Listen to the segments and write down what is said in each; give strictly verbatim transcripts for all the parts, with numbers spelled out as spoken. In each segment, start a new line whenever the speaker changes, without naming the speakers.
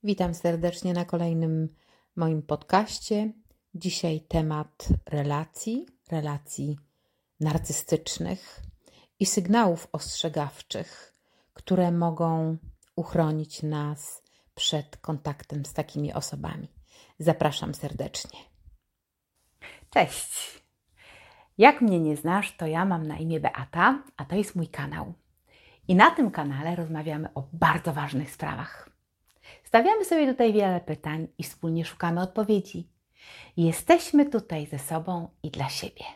Witam serdecznie na kolejnym moim podcaście. Dzisiaj temat relacji, relacji narcystycznych i sygnałów ostrzegawczych, które mogą uchronić nas przed kontaktem z takimi osobami. Zapraszam serdecznie.
Cześć! Jak mnie nie znasz, to ja mam na imię Beata, a to jest mój kanał. I na tym kanale rozmawiamy o bardzo ważnych sprawach. Stawiamy sobie tutaj wiele pytań i wspólnie szukamy odpowiedzi. Jesteśmy tutaj ze sobą i dla siebie.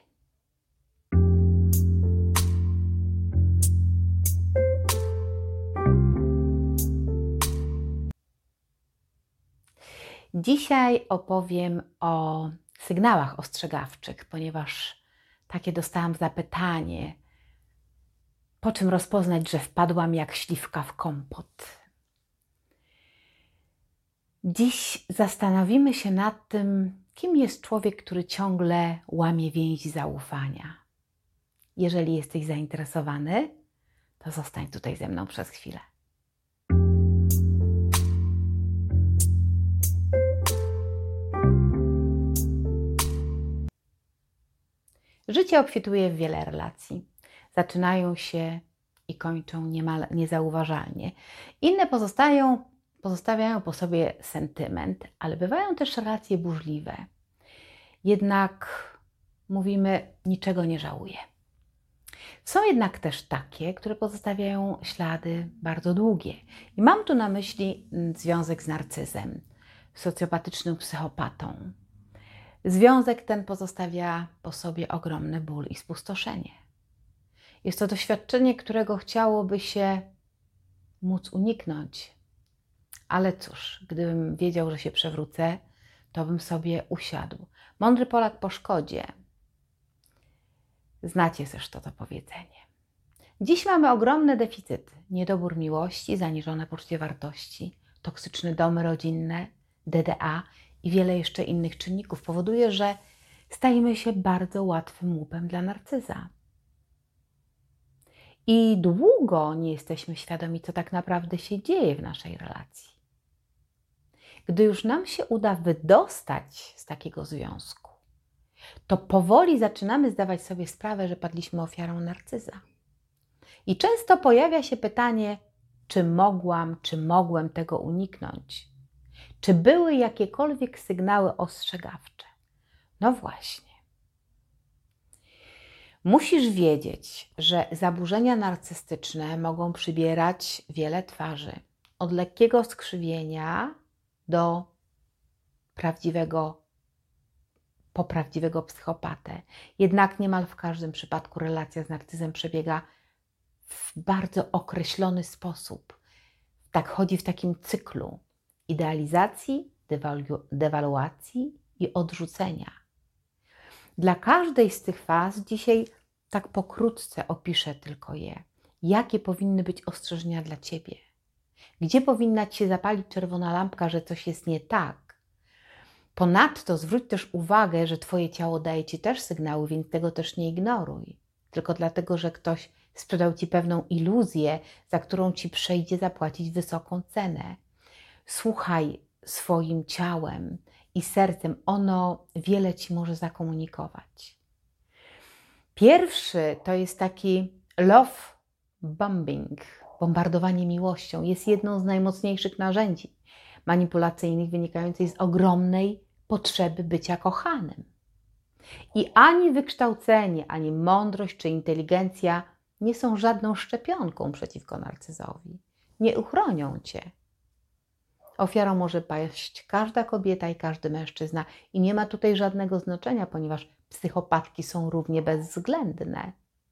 Dzisiaj opowiem o sygnałach ostrzegawczych, ponieważ takie dostałam zapytanie, po czym rozpoznać, że wpadłam jak śliwka w kompot. Dziś zastanowimy się nad tym, kim jest człowiek, który ciągle łamie więzi zaufania. Jeżeli jesteś zainteresowany, to zostań tutaj ze mną przez chwilę. Życie obfituje w wiele relacji. Zaczynają się i kończą niemal niezauważalnie. Inne pozostają, pozostawiają po sobie sentyment, ale bywają też relacje burzliwe. Jednak mówimy, niczego nie żałuję. Są jednak też takie, które pozostawiają ślady bardzo długie. I mam tu na myśli związek z narcyzem, socjopatycznym psychopatą. Związek ten pozostawia po sobie ogromny ból i spustoszenie. Jest to doświadczenie, którego chciałoby się móc uniknąć. Ale cóż, gdybym wiedział, że się przewrócę, to bym sobie usiadł. Mądry Polak po szkodzie. Znacie zresztą to powiedzenie. Dziś mamy ogromne deficyty. Niedobór miłości, zaniżone poczucie wartości, toksyczne domy rodzinne, D D A i wiele jeszcze innych czynników powoduje, że stajemy się bardzo łatwym łupem dla narcyza. I długo nie jesteśmy świadomi, co tak naprawdę się dzieje w naszej relacji. Gdy już nam się uda wydostać z takiego związku, to powoli zaczynamy zdawać sobie sprawę, że padliśmy ofiarą narcyza. I często pojawia się pytanie, czy mogłam, czy mogłem tego uniknąć? Czy były jakiekolwiek sygnały ostrzegawcze? No właśnie. Musisz wiedzieć, że zaburzenia narcystyczne mogą przybierać wiele twarzy. Od lekkiego skrzywienia do prawdziwego, poprawdziwego psychopatę. Jednak niemal w każdym przypadku relacja z narcyzem przebiega w bardzo określony sposób. Tak chodzi w takim cyklu idealizacji, dewalu- dewaluacji i odrzucenia. Dla każdej z tych faz dzisiaj tak pokrótce opiszę tylko je. Jakie powinny być ostrzeżenia dla Ciebie? Gdzie powinna Ci się zapalić czerwona lampka, że coś jest nie tak? Ponadto zwróć też uwagę, że Twoje ciało daje Ci też sygnały, więc tego też nie ignoruj. Tylko dlatego, że ktoś sprzedał Ci pewną iluzję, za którą Ci przyjdzie zapłacić wysoką cenę. Słuchaj swoim ciałem i sercem, ono wiele Ci może zakomunikować. Pierwszy to jest taki love bombing, bombardowanie miłością. Jest jedną z najmocniejszych narzędzi manipulacyjnych wynikających z ogromnej potrzeby bycia kochanym. I ani wykształcenie, ani mądrość czy inteligencja nie są żadną szczepionką przeciwko narcyzowi. Nie uchronią Cię. Ofiarą może paść każda kobieta i każdy mężczyzna i nie ma tutaj żadnego znaczenia, ponieważ psychopatki są równie bezwzględne.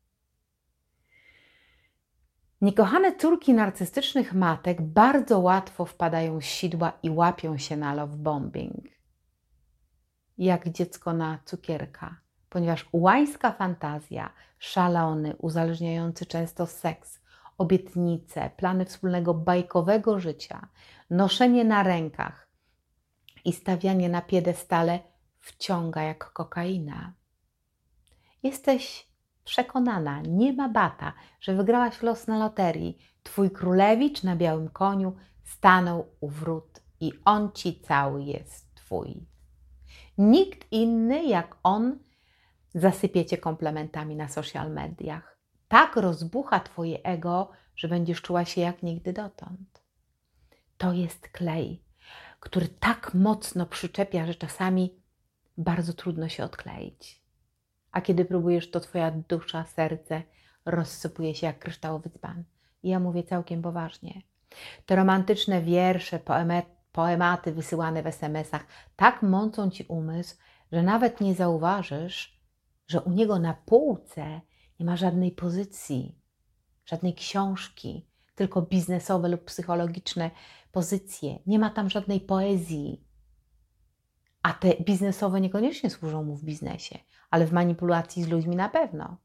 Niekochane córki narcystycznych matek bardzo łatwo wpadają w sidła i łapią się na love bombing. Jak dziecko na cukierka, ponieważ ułańska fantazja, szalony, uzależniający często seks, obietnice, plany wspólnego bajkowego życia, noszenie na rękach i stawianie na piedestale wciąga jak kokaina. Jesteś przekonana, nie ma bata, że wygrałaś los na loterii. Twój królewicz na białym koniu stanął u wrót i on ci cały jest twój. Nikt inny jak on zasypie cię komplementami na social mediach. Tak rozbucha twoje ego, że będziesz czuła się jak nigdy dotąd. To jest klej, który tak mocno przyczepia, że czasami bardzo trudno się odkleić. A kiedy próbujesz, to twoja dusza, serce rozsypuje się jak kryształowy dzban. I ja mówię całkiem poważnie. Te romantyczne wiersze, poematy wysyłane w es em esach tak mącą ci umysł, że nawet nie zauważysz, że u niego na półce nie ma żadnej pozycji, żadnej książki, tylko biznesowe lub psychologiczne pozycje. Nie ma tam żadnej poezji. A te biznesowe niekoniecznie służą mu w biznesie, ale w manipulacji z ludźmi na pewno.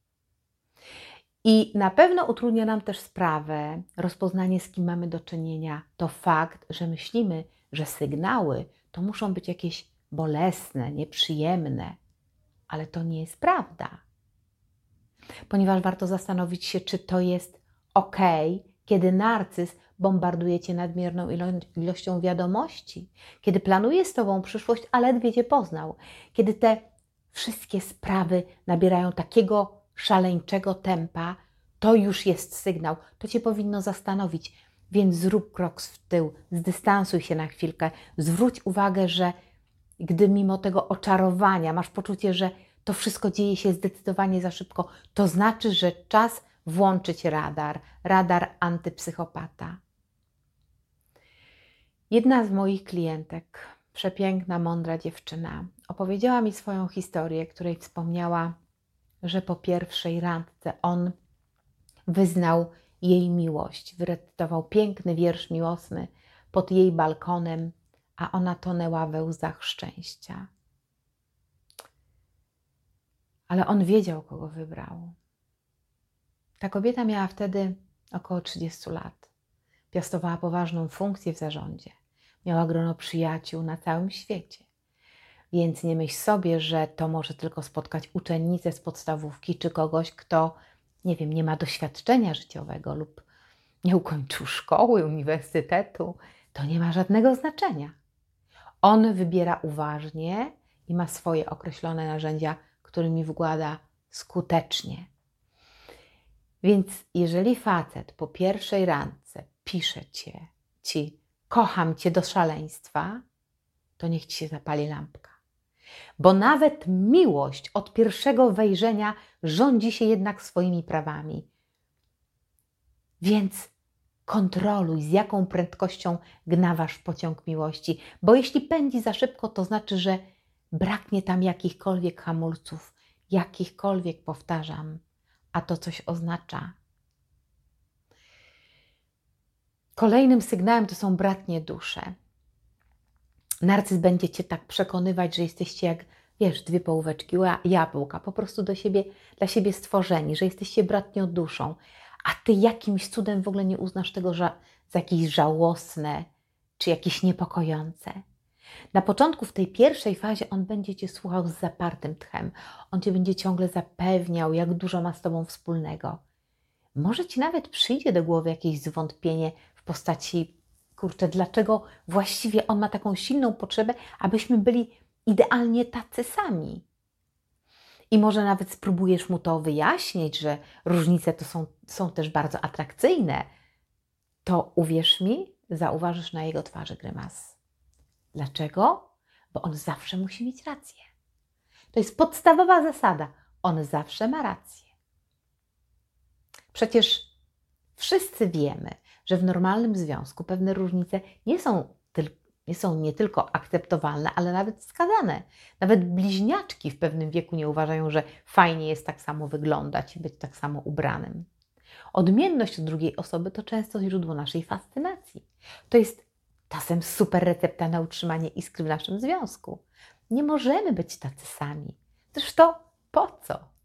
I na pewno utrudnia nam też sprawę, rozpoznanie, z kim mamy do czynienia, to fakt, że myślimy, że sygnały to muszą być jakieś bolesne, nieprzyjemne, ale to nie jest prawda. Ponieważ warto zastanowić się, czy to jest ok, kiedy narcyz bombarduje cię nadmierną ilo- ilością wiadomości, kiedy planuje z tobą przyszłość, a ledwie cię poznał, kiedy te wszystkie sprawy nabierają takiego szaleńczego tempa, to już jest sygnał, to cię powinno zastanowić, więc zrób krok w tył, zdystansuj się na chwilkę, zwróć uwagę, że gdy mimo tego oczarowania masz poczucie, że to wszystko dzieje się zdecydowanie za szybko, to znaczy, że czas włączyć radar, radar antypsychopata. Jedna z moich klientek, przepiękna, mądra dziewczyna, opowiedziała mi swoją historię, której wspomniała, że po pierwszej randce on wyznał jej miłość, wyrecytował piękny wiersz miłosny pod jej balkonem, a ona tonęła we łzach szczęścia. Ale on wiedział, kogo wybrał. Ta kobieta miała wtedy około trzydziestu lat. Piastowała poważną funkcję w zarządzie. Miała grono przyjaciół na całym świecie. Więc nie myśl sobie, że to może tylko spotkać uczennicę z podstawówki czy kogoś, kto, nie wiem, nie ma doświadczenia życiowego lub nie ukończył szkoły, uniwersytetu. To nie ma żadnego znaczenia. On wybiera uważnie i ma swoje określone narzędzia, którymi wkłada skutecznie. Więc jeżeli facet po pierwszej randce pisze cię, ci kocham cię do szaleństwa, to niech ci się zapali lampka. Bo nawet miłość od pierwszego wejrzenia rządzi się jednak swoimi prawami. Więc kontroluj, z jaką prędkością gnawasz pociąg miłości, bo jeśli pędzi za szybko, to znaczy, że braknie tam jakichkolwiek hamulców, jakichkolwiek, powtarzam, a to coś oznacza. Kolejnym sygnałem to są bratnie dusze. Narcyz będzie cię tak przekonywać, że jesteście jak, wiesz, dwie połóweczki jabłka, po prostu do siebie, dla siebie stworzeni, że jesteście bratnią duszą, a ty jakimś cudem w ogóle nie uznasz tego za, za jakieś żałosne czy jakieś niepokojące. Na początku, w tej pierwszej fazie, on będzie cię słuchał z zapartym tchem. On cię będzie ciągle zapewniał, jak dużo ma z tobą wspólnego. Może ci nawet przyjdzie do głowy jakieś zwątpienie w postaci, kurczę, dlaczego właściwie on ma taką silną potrzebę, abyśmy byli idealnie tacy sami. I może nawet spróbujesz mu to wyjaśnić, że różnice to są, są też bardzo atrakcyjne. To uwierz mi, zauważysz na jego twarzy grymas. Dlaczego? Bo on zawsze musi mieć rację. To jest podstawowa zasada. On zawsze ma rację. Przecież wszyscy wiemy, że w normalnym związku pewne różnice nie są, tyl- nie są nie tylko akceptowalne, ale nawet wskazane. Nawet bliźniaczki w pewnym wieku nie uważają, że fajnie jest tak samo wyglądać i być tak samo ubranym. Odmienność od drugiej osoby to często źródło naszej fascynacji. To jest czasem super recepta na utrzymanie iskry w naszym związku. Nie możemy być tacy sami. Zresztą po co?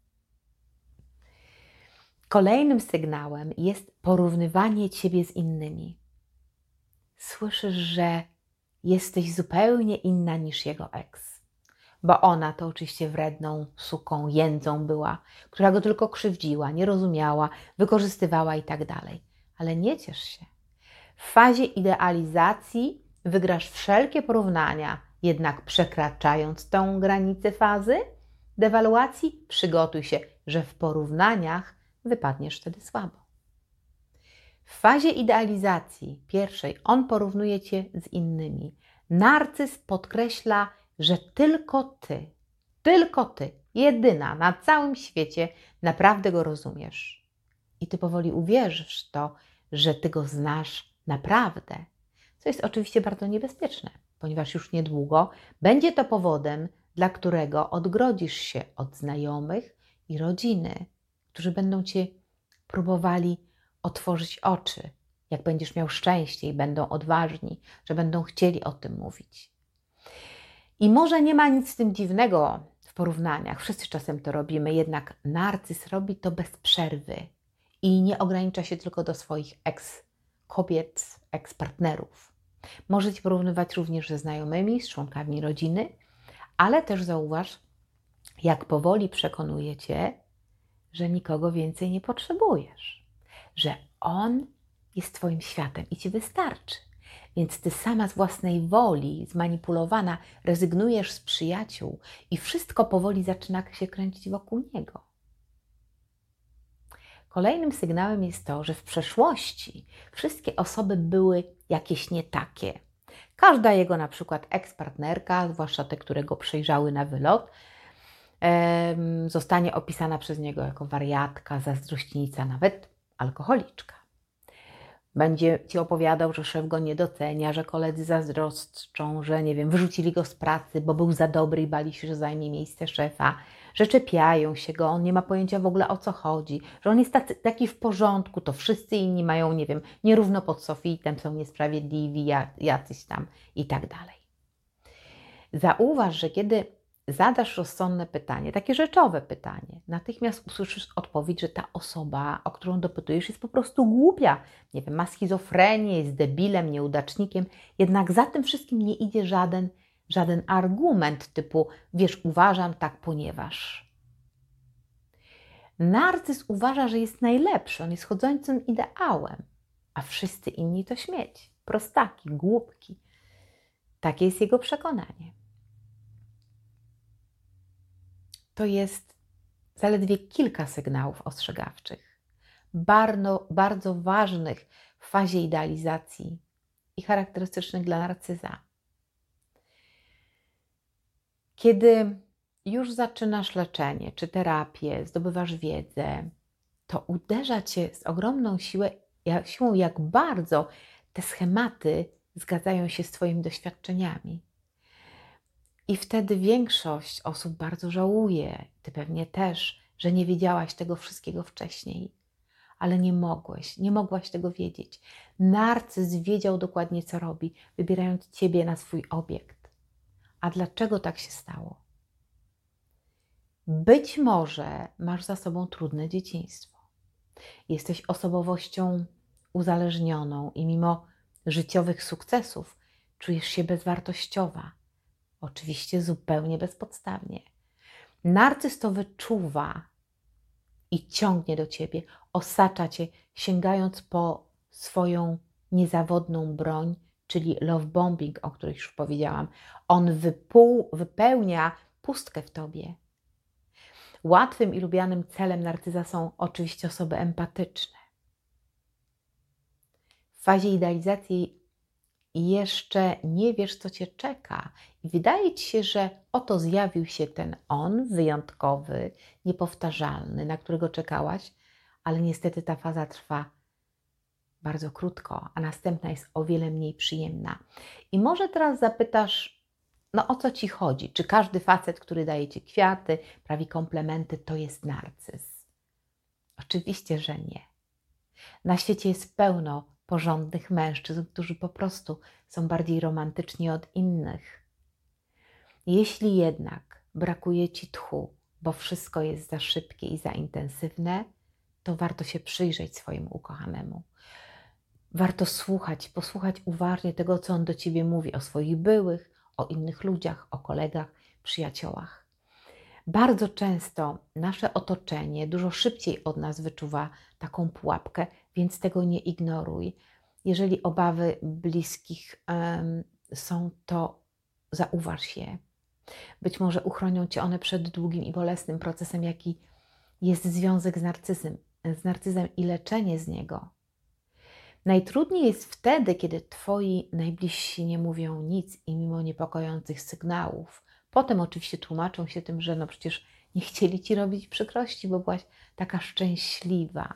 Kolejnym sygnałem jest porównywanie ciebie z innymi. Słyszysz, że jesteś zupełnie inna niż jego eks. Bo ona to oczywiście wredną suką, jędzą była, która go tylko krzywdziła, nie rozumiała, wykorzystywała i tak dalej. Ale nie ciesz się. W fazie idealizacji wygrasz wszelkie porównania, jednak przekraczając tą granicę fazy dewaluacji, przygotuj się, że w porównaniach wypadniesz wtedy słabo. W fazie idealizacji pierwszej on porównuje Cię z innymi. Narcyz podkreśla, że tylko Ty, tylko Ty, jedyna na całym świecie naprawdę go rozumiesz. I Ty powoli uwierzysz w to, że Ty go znasz naprawdę. Co jest oczywiście bardzo niebezpieczne, ponieważ już niedługo będzie to powodem, dla którego odgrodzisz się od znajomych i rodziny, którzy będą Cię próbowali otworzyć oczy, jak będziesz miał szczęście i będą odważni, że będą chcieli o tym mówić. I może nie ma nic z tym dziwnego w porównaniach, wszyscy czasem to robimy, jednak narcyz robi to bez przerwy i nie ogranicza się tylko do swoich eks-kobiet, eks-partnerów. Może Cię porównywać również ze znajomymi, z członkami rodziny, ale też zauważ, jak powoli przekonuje Cię, że nikogo więcej nie potrzebujesz, że On jest Twoim światem i Ci wystarczy. Więc Ty sama z własnej woli, zmanipulowana, rezygnujesz z przyjaciół i wszystko powoli zaczyna się kręcić wokół Niego. Kolejnym sygnałem jest to, że w przeszłości wszystkie osoby były jakieś nie takie. Każda jego na przykład eks-partnerka, zwłaszcza te, które go przejrzały na wylot, em, zostanie opisana przez niego jako wariatka, zazdrośnica, nawet alkoholiczka. Będzie Ci opowiadał, że szef go nie docenia, że koledzy zazdroszczą, że nie wiem, wyrzucili go z pracy, bo był za dobry i bali się, że zajmie miejsce szefa, że czepiają się go, on nie ma pojęcia w ogóle o co chodzi, że on jest tacy, taki w porządku, to wszyscy inni mają, nie wiem, nierówno pod sufitem, są niesprawiedliwi, jacyś tam i tak dalej. Zauważ, że kiedy zadasz rozsądne pytanie, takie rzeczowe pytanie, natychmiast usłyszysz odpowiedź, że ta osoba, o którą dopytujesz, jest po prostu głupia, nie wiem, ma schizofrenię, jest debilem, nieudacznikiem, jednak za tym wszystkim nie idzie żaden, żaden argument typu, wiesz, uważam tak, ponieważ. Narcyz uważa, że jest najlepszy, on jest chodzącym ideałem, a wszyscy inni to śmieci, prostaki, głupki. Takie jest jego przekonanie. To jest zaledwie kilka sygnałów ostrzegawczych, bardzo, bardzo ważnych w fazie idealizacji i charakterystycznych dla narcyza. Kiedy już zaczynasz leczenie czy terapię, zdobywasz wiedzę, to uderza Cię z ogromną siłę, jak, siłą, jak bardzo te schematy zgadzają się z Twoimi doświadczeniami. I wtedy większość osób bardzo żałuje, Ty pewnie też, że nie wiedziałaś tego wszystkiego wcześniej, ale nie mogłeś, nie mogłaś tego wiedzieć. Narcyz wiedział dokładnie, co robi, wybierając Ciebie na swój obiekt. A dlaczego tak się stało? Być może masz za sobą trudne dzieciństwo. Jesteś osobowością uzależnioną i mimo życiowych sukcesów czujesz się bezwartościowa. Oczywiście zupełnie bezpodstawnie. Narcyz to wyczuwa i ciągnie do Ciebie, osacza Cię, sięgając po swoją niezawodną broń, czyli love bombing, o której już powiedziałam. On wypół, wypełnia pustkę w Tobie. Łatwym i lubianym celem narcyza są oczywiście osoby empatyczne. W fazie idealizacji jeszcze nie wiesz, co Cię czeka i wydaje Ci się, że oto zjawił się ten on, wyjątkowy, niepowtarzalny, na którego czekałaś, ale niestety ta faza trwa bardzo krótko, a następna jest o wiele mniej przyjemna. I może teraz zapytasz, no o co Ci chodzi? Czy każdy facet, który daje Ci kwiaty, prawi komplementy, to jest narcyz? Oczywiście, że nie. Na świecie jest pełno porządnych mężczyzn, którzy po prostu są bardziej romantyczni od innych. Jeśli jednak brakuje Ci tchu, bo wszystko jest za szybkie i za intensywne, to warto się przyjrzeć swojemu ukochanemu. Warto słuchać, posłuchać uważnie tego, co on do Ciebie mówi o swoich byłych, o innych ludziach, o kolegach, przyjaciołach. Bardzo często nasze otoczenie dużo szybciej od nas wyczuwa taką pułapkę, więc tego nie ignoruj. Jeżeli obawy bliskich um, są, to zauważ je. Być może uchronią Cię one przed długim i bolesnym procesem, jaki jest związek z narcyzem, z narcyzem i leczenie z niego. Najtrudniej jest wtedy, kiedy Twoi najbliżsi nie mówią nic i mimo niepokojących sygnałów. Potem oczywiście tłumaczą się tym, że no przecież nie chcieli Ci robić przykrości, bo byłaś taka szczęśliwa.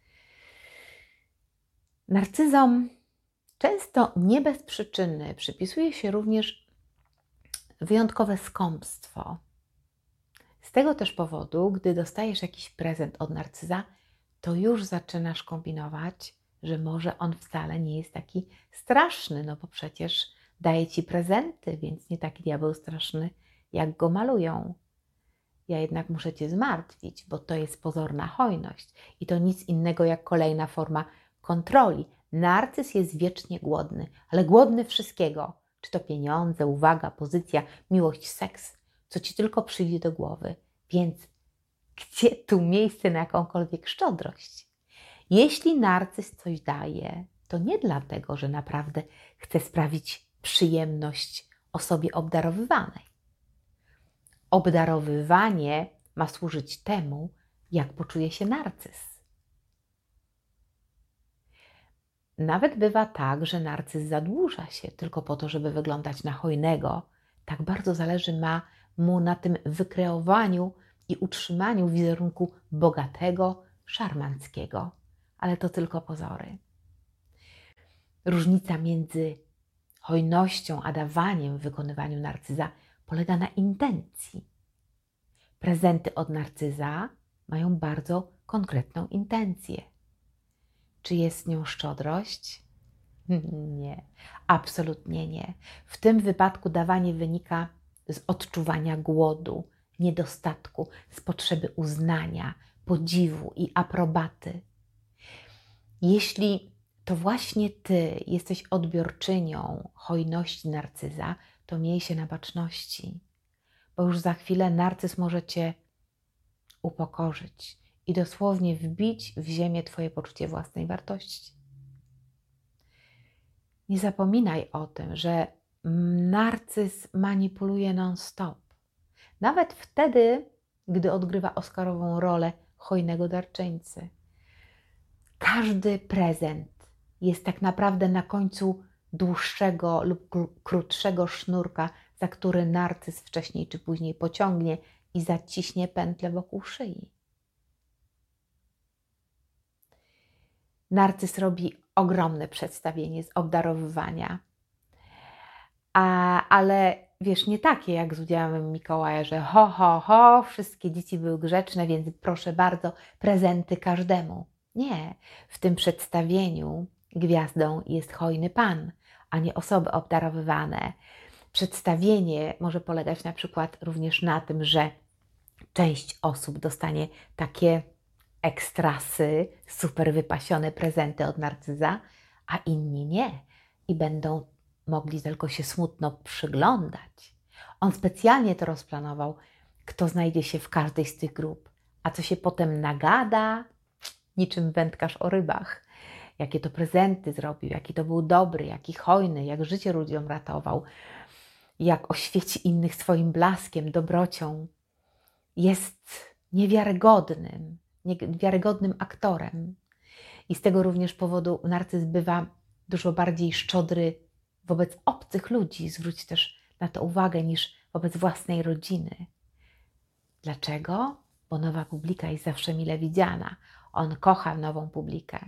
Narcyzom często nie bez przyczyny przypisuje się również wyjątkowe skąpstwo. Z tego też powodu, gdy dostajesz jakiś prezent od narcyza, to już zaczynasz kombinować, że może on wcale nie jest taki straszny, no bo przecież daje Ci prezenty, więc nie taki diabeł straszny, jak go malują. Ja jednak muszę Cię zmartwić, bo to jest pozorna hojność i to nic innego jak kolejna forma kontroli. Narcyz jest wiecznie głodny, ale głodny wszystkiego. Czy to pieniądze, uwaga, pozycja, miłość, seks, co Ci tylko przyjdzie do głowy. Więc gdzie tu miejsce na jakąkolwiek szczodrość? Jeśli narcyz coś daje, to nie dlatego, że naprawdę chce sprawić przyjemność osobie obdarowywanej. Obdarowywanie ma służyć temu, jak poczuje się narcyz. Nawet bywa tak, że narcyz zadłuża się tylko po to, żeby wyglądać na hojnego. Tak bardzo zależy ma mu na tym wykreowaniu i utrzymaniu wizerunku bogatego, szarmanckiego. Ale to tylko pozory. Różnica między hojnością a dawaniem w wykonywaniu narcyza polega na intencji. Prezenty od narcyza mają bardzo konkretną intencję. Czy jest nią szczodrość? Nie, absolutnie nie. W tym wypadku dawanie wynika z odczuwania głodu, niedostatku, z potrzeby uznania, podziwu i aprobaty. Jeśli to właśnie Ty jesteś odbiorczynią hojności narcyza, to miej się na baczności, bo już za chwilę narcyz może Cię upokorzyć i dosłownie wbić w ziemię Twoje poczucie własnej wartości. Nie zapominaj o tym, że narcyz manipuluje non-stop. Nawet wtedy, gdy odgrywa oscarową rolę hojnego darczyńcy. Każdy prezent jest tak naprawdę na końcu dłuższego lub krótszego sznurka, za który narcyz wcześniej czy później pociągnie i zaciśnie pętlę wokół szyi. Narcyz robi ogromne przedstawienie z obdarowywania, A, ale wiesz, nie takie jak z udziałem Mikołaja, że ho, ho, ho, wszystkie dzieci były grzeczne, więc proszę bardzo, prezenty każdemu. Nie, w tym przedstawieniu gwiazdą jest hojny Pan, a nie osoby obdarowywane. Przedstawienie może polegać na przykład również na tym, że część osób dostanie takie ekstrasy, super wypasione prezenty od narcyza, a inni nie i będą mogli tylko się smutno przyglądać. On specjalnie to rozplanował, kto znajdzie się w każdej z tych grup, a co się potem nagada, niczym wędkarz o rybach. Jakie to prezenty zrobił, jaki to był dobry, jaki hojny, jak życie ludziom ratował, jak oświeci innych swoim blaskiem, dobrocią. Jest niewiarygodnym, niewiarygodnym aktorem. I z tego również powodu narcyz bywa dużo bardziej szczodry wobec obcych ludzi, zwróć też na to uwagę, niż wobec własnej rodziny. Dlaczego? Bo nowa publika jest zawsze mile widziana. On kocha nową publikę.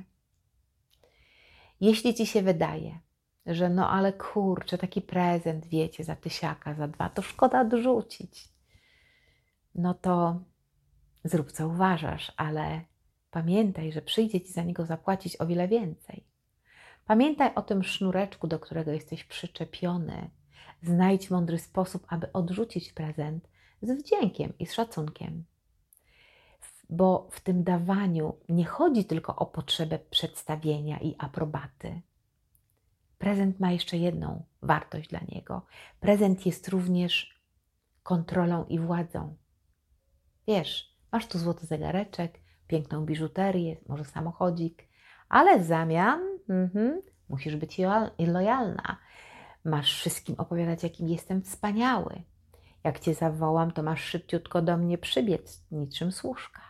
Jeśli Ci się wydaje, że no ale kurczę, taki prezent, wiecie, za tysiaka, za dwa, to szkoda odrzucić, no to zrób co uważasz, ale pamiętaj, że przyjdzie Ci za niego zapłacić o wiele więcej. Pamiętaj o tym sznureczku, do którego jesteś przyczepiony. Znajdź mądry sposób, aby odrzucić prezent z wdziękiem i z szacunkiem. Bo w tym dawaniu nie chodzi tylko o potrzebę przedstawienia i aprobaty. Prezent ma jeszcze jedną wartość dla niego. Prezent jest również kontrolą i władzą. Wiesz, masz tu złoty zegareczek, piękną biżuterię, może samochodzik, ale w zamian mhm, musisz być lojalna. Masz wszystkim opowiadać, jakim jestem wspaniały. Jak Cię zawołam, to masz szybciutko do mnie przybiec, niczym służka.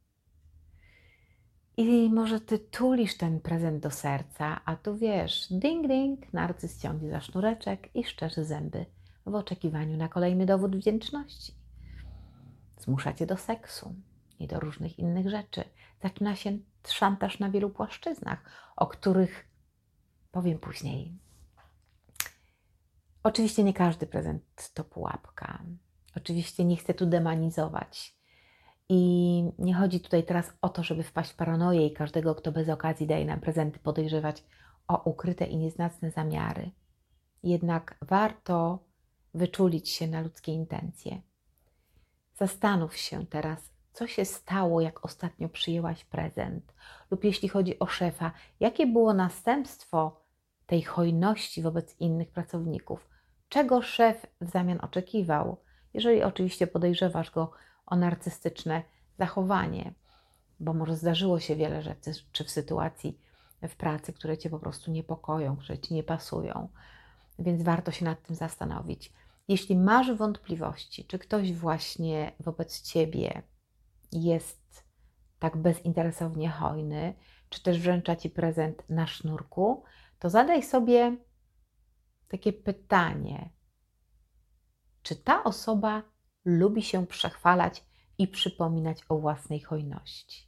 I może Ty tulisz ten prezent do serca, a tu wiesz, ding ding, narcyz ciągnie za sznureczek i szczerzy zęby w oczekiwaniu na kolejny dowód wdzięczności. Zmusza Cię do seksu i do różnych innych rzeczy. Zaczyna się szantaż na wielu płaszczyznach, o których powiem później. Oczywiście nie każdy prezent to pułapka. Oczywiście nie chcę tu demonizować. I nie chodzi tutaj teraz o to, żeby wpaść w paranoję i każdego, kto bez okazji daje nam prezenty, podejrzewać o ukryte i nieznane zamiary. Jednak warto wyczulić się na ludzkie intencje. Zastanów się teraz, co się stało, jak ostatnio przyjęłaś prezent, lub jeśli chodzi o szefa, jakie było następstwo tej hojności wobec innych pracowników. Czego szef w zamian oczekiwał, jeżeli oczywiście podejrzewasz go o narcystyczne zachowanie, bo może zdarzyło się wiele rzeczy, czy w sytuacji w pracy, które Cię po prostu niepokoją, które Ci nie pasują, więc warto się nad tym zastanowić. Jeśli masz wątpliwości, czy ktoś właśnie wobec Ciebie jest tak bezinteresownie hojny, czy też wręcza Ci prezent na sznurku, to zadaj sobie takie pytanie, czy ta osoba lubi się przechwalać i przypominać o własnej hojności?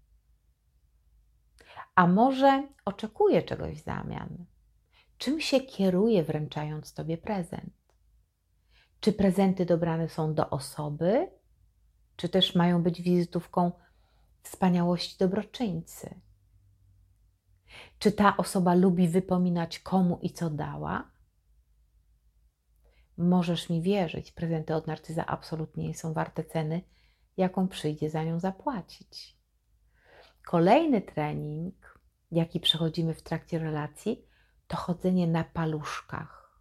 A może oczekuje czegoś w zamian? Czym się kieruje, wręczając Tobie prezent? Czy prezenty dobrane są do osoby, czy też mają być wizytówką wspaniałości dobroczyńcy? Czy ta osoba lubi wypominać, komu i co dała? Możesz mi wierzyć, prezenty od narcyza absolutnie nie są warte ceny, jaką przyjdzie za nią zapłacić. Kolejny trening, jaki przechodzimy w trakcie relacji, to chodzenie na paluszkach.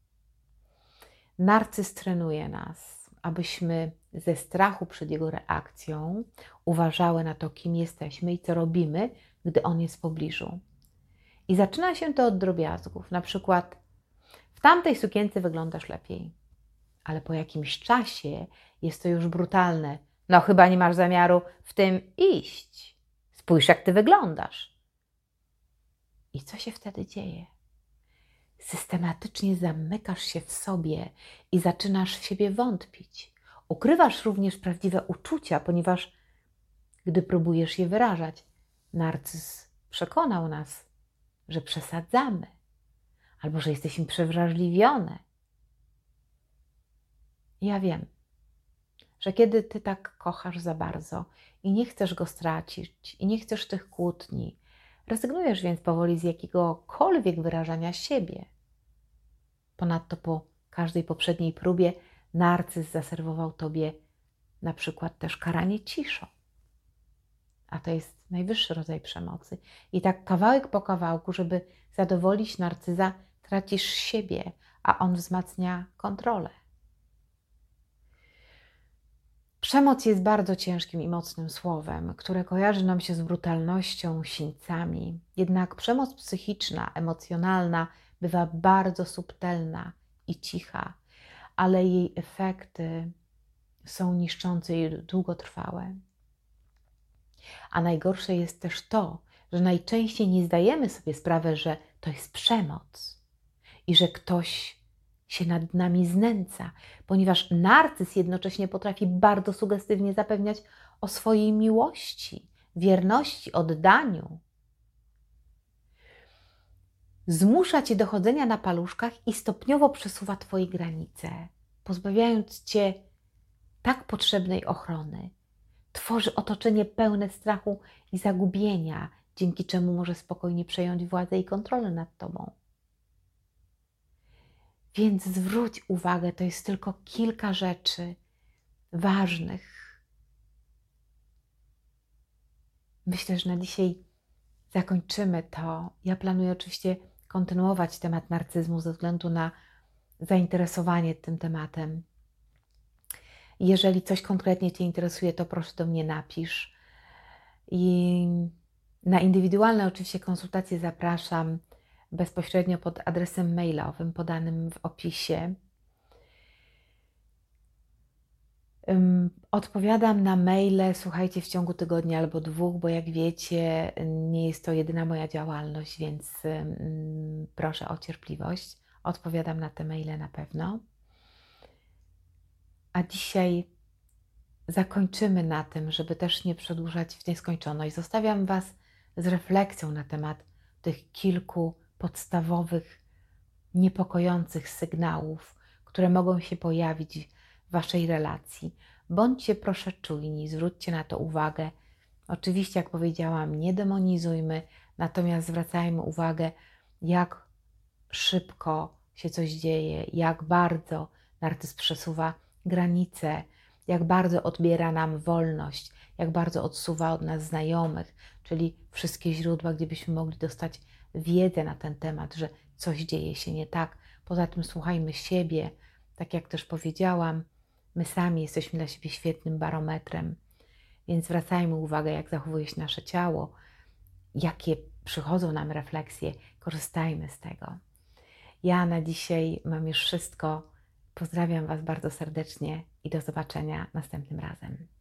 Narcyz trenuje nas, abyśmy ze strachu przed jego reakcją uważały na to, kim jesteśmy i co robimy, gdy on jest w pobliżu. I zaczyna się to od drobiazgów, na przykład w tamtej sukience wyglądasz lepiej, ale po jakimś czasie jest to już brutalne. No chyba nie masz zamiaru w tym iść. Spójrz, jak Ty wyglądasz. I co się wtedy dzieje? Systematycznie zamykasz się w sobie i zaczynasz w siebie wątpić. Ukrywasz również prawdziwe uczucia, ponieważ gdy próbujesz je wyrażać, narcyz przekonał nas, że przesadzamy albo że jesteśmy przewrażliwione. Ja wiem, że kiedy Ty tak kochasz za bardzo i nie chcesz go stracić i nie chcesz tych kłótni, rezygnujesz więc powoli z jakiegokolwiek wyrażania siebie. Ponadto po każdej poprzedniej próbie narcyz zaserwował Tobie na przykład też karanie ciszą. A to jest najwyższy rodzaj przemocy. I tak kawałek po kawałku, żeby zadowolić narcyza, tracisz siebie, a on wzmacnia kontrolę. Przemoc jest bardzo ciężkim i mocnym słowem, które kojarzy nam się z brutalnością, sińcami. Jednak przemoc psychiczna, emocjonalna bywa bardzo subtelna i cicha, ale jej efekty są niszczące i długotrwałe. A najgorsze jest też to, że najczęściej nie zdajemy sobie sprawy, że to jest przemoc i że ktoś się nad nami znęca, ponieważ narcyz jednocześnie potrafi bardzo sugestywnie zapewniać o swojej miłości, wierności, oddaniu. Zmusza Cię do chodzenia na paluszkach i stopniowo przesuwa Twoje granice, pozbawiając Cię tak potrzebnej ochrony. Tworzy otoczenie pełne strachu i zagubienia, dzięki czemu może spokojnie przejąć władzę i kontrolę nad Tobą. Więc zwróć uwagę, to jest tylko kilka rzeczy ważnych. Myślę, że na dzisiaj zakończymy to. Ja planuję oczywiście kontynuować temat narcyzmu ze względu na zainteresowanie tym tematem. Jeżeli coś konkretnie Cię interesuje, to proszę do mnie napisz. I na indywidualne oczywiście konsultacje zapraszam bezpośrednio pod adresem mailowym podanym w opisie. Odpowiadam na maile, słuchajcie, w ciągu tygodnia albo dwóch, bo jak wiecie, nie jest to jedyna moja działalność, więc proszę o cierpliwość. Odpowiadam na te maile na pewno. A dzisiaj zakończymy na tym, żeby też nie przedłużać w nieskończoność. Zostawiam Was z refleksją na temat tych kilku podstawowych, niepokojących sygnałów, które mogą się pojawić w Waszej relacji. Bądźcie proszę czujni, zwróćcie na to uwagę. Oczywiście, jak powiedziałam, nie demonizujmy, natomiast zwracajmy uwagę, jak szybko się coś dzieje, jak bardzo narcyz przesuwa granice, jak bardzo odbiera nam wolność, jak bardzo odsuwa od nas znajomych, czyli wszystkie źródła, gdzie byśmy mogli dostać wiedzę na ten temat, że coś dzieje się nie tak. Poza tym słuchajmy siebie, tak jak też powiedziałam, my sami jesteśmy dla siebie świetnym barometrem, więc zwracajmy uwagę, jak zachowuje się nasze ciało, jakie przychodzą nam refleksje, korzystajmy z tego. Ja na dzisiaj mam już wszystko. Pozdrawiam Was bardzo serdecznie i do zobaczenia następnym razem.